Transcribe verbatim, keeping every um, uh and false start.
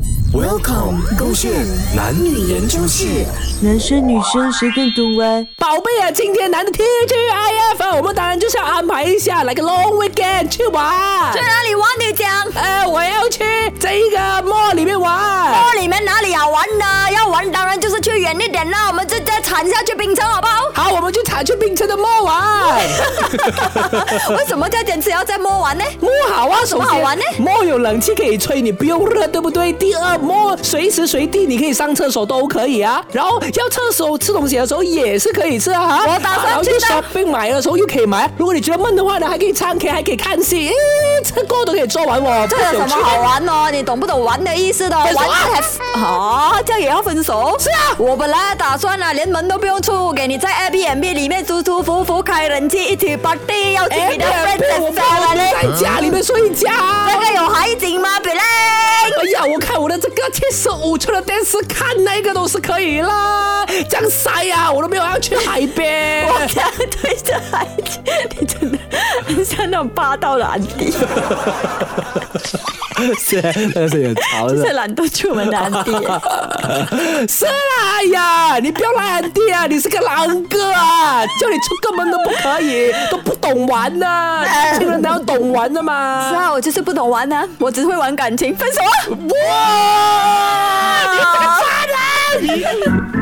Welcome， 勾选男女研究室。 男生女生谁更懂玩？ 宝贝啊，今天难得 T G I F， 我们当然就是要安排一下来个 long weekend 去玩。 去哪里玩？你讲。 呃，我要去这个 mall 里面玩。 mall 里面哪里好玩呢？要玩当然就是去远一点啦，我们直接铲下去槟城好不好？ 好，我们就铲去槟城的 mall 玩。 为什么要坚持要在 mall 玩呢？ mall 好啊， 什么好玩呢 ？mall 有冷气可以吹，你不用热，对不对？第二 mall 随时随地你可以上厕所都可以啊，然后要厕所吃东西的时候也是可以吃啊。 我打算去的。shopping 买的时候又可以买，如果你觉得闷的话呢，还可以唱 K， 还可以看戏，诶，这个都可以做完哦。 这有什么好玩哦？你懂不懂玩的意思的？ 分手啊玩还啊，这样也要分手？ 是啊， 我本来打算啊，连门都不用出，给你在 Airbnb 里面舒舒服服开冷气，一起 party， 要请你的 friends 在家里面睡觉。 这个有海景吗？别嘞！ 哎呀，我看我的这个七十五寸的电视看那个都是可以啦，这样晒啊，我都没有要去海边。 我这样对着海景，你真的很像那种霸道的安迪。 是，那个是很潮的， 就是懒惰出门的安迪。 是啦，哎呀，你不要来安迪啊，你是个狼哥啊，叫你出个门都不可以，都不懂玩呢、啊，年轻人都要懂玩的嘛。 是啊，我就是不懂玩啊，我只会玩感情，分手啊！ 哇，你这个渣男！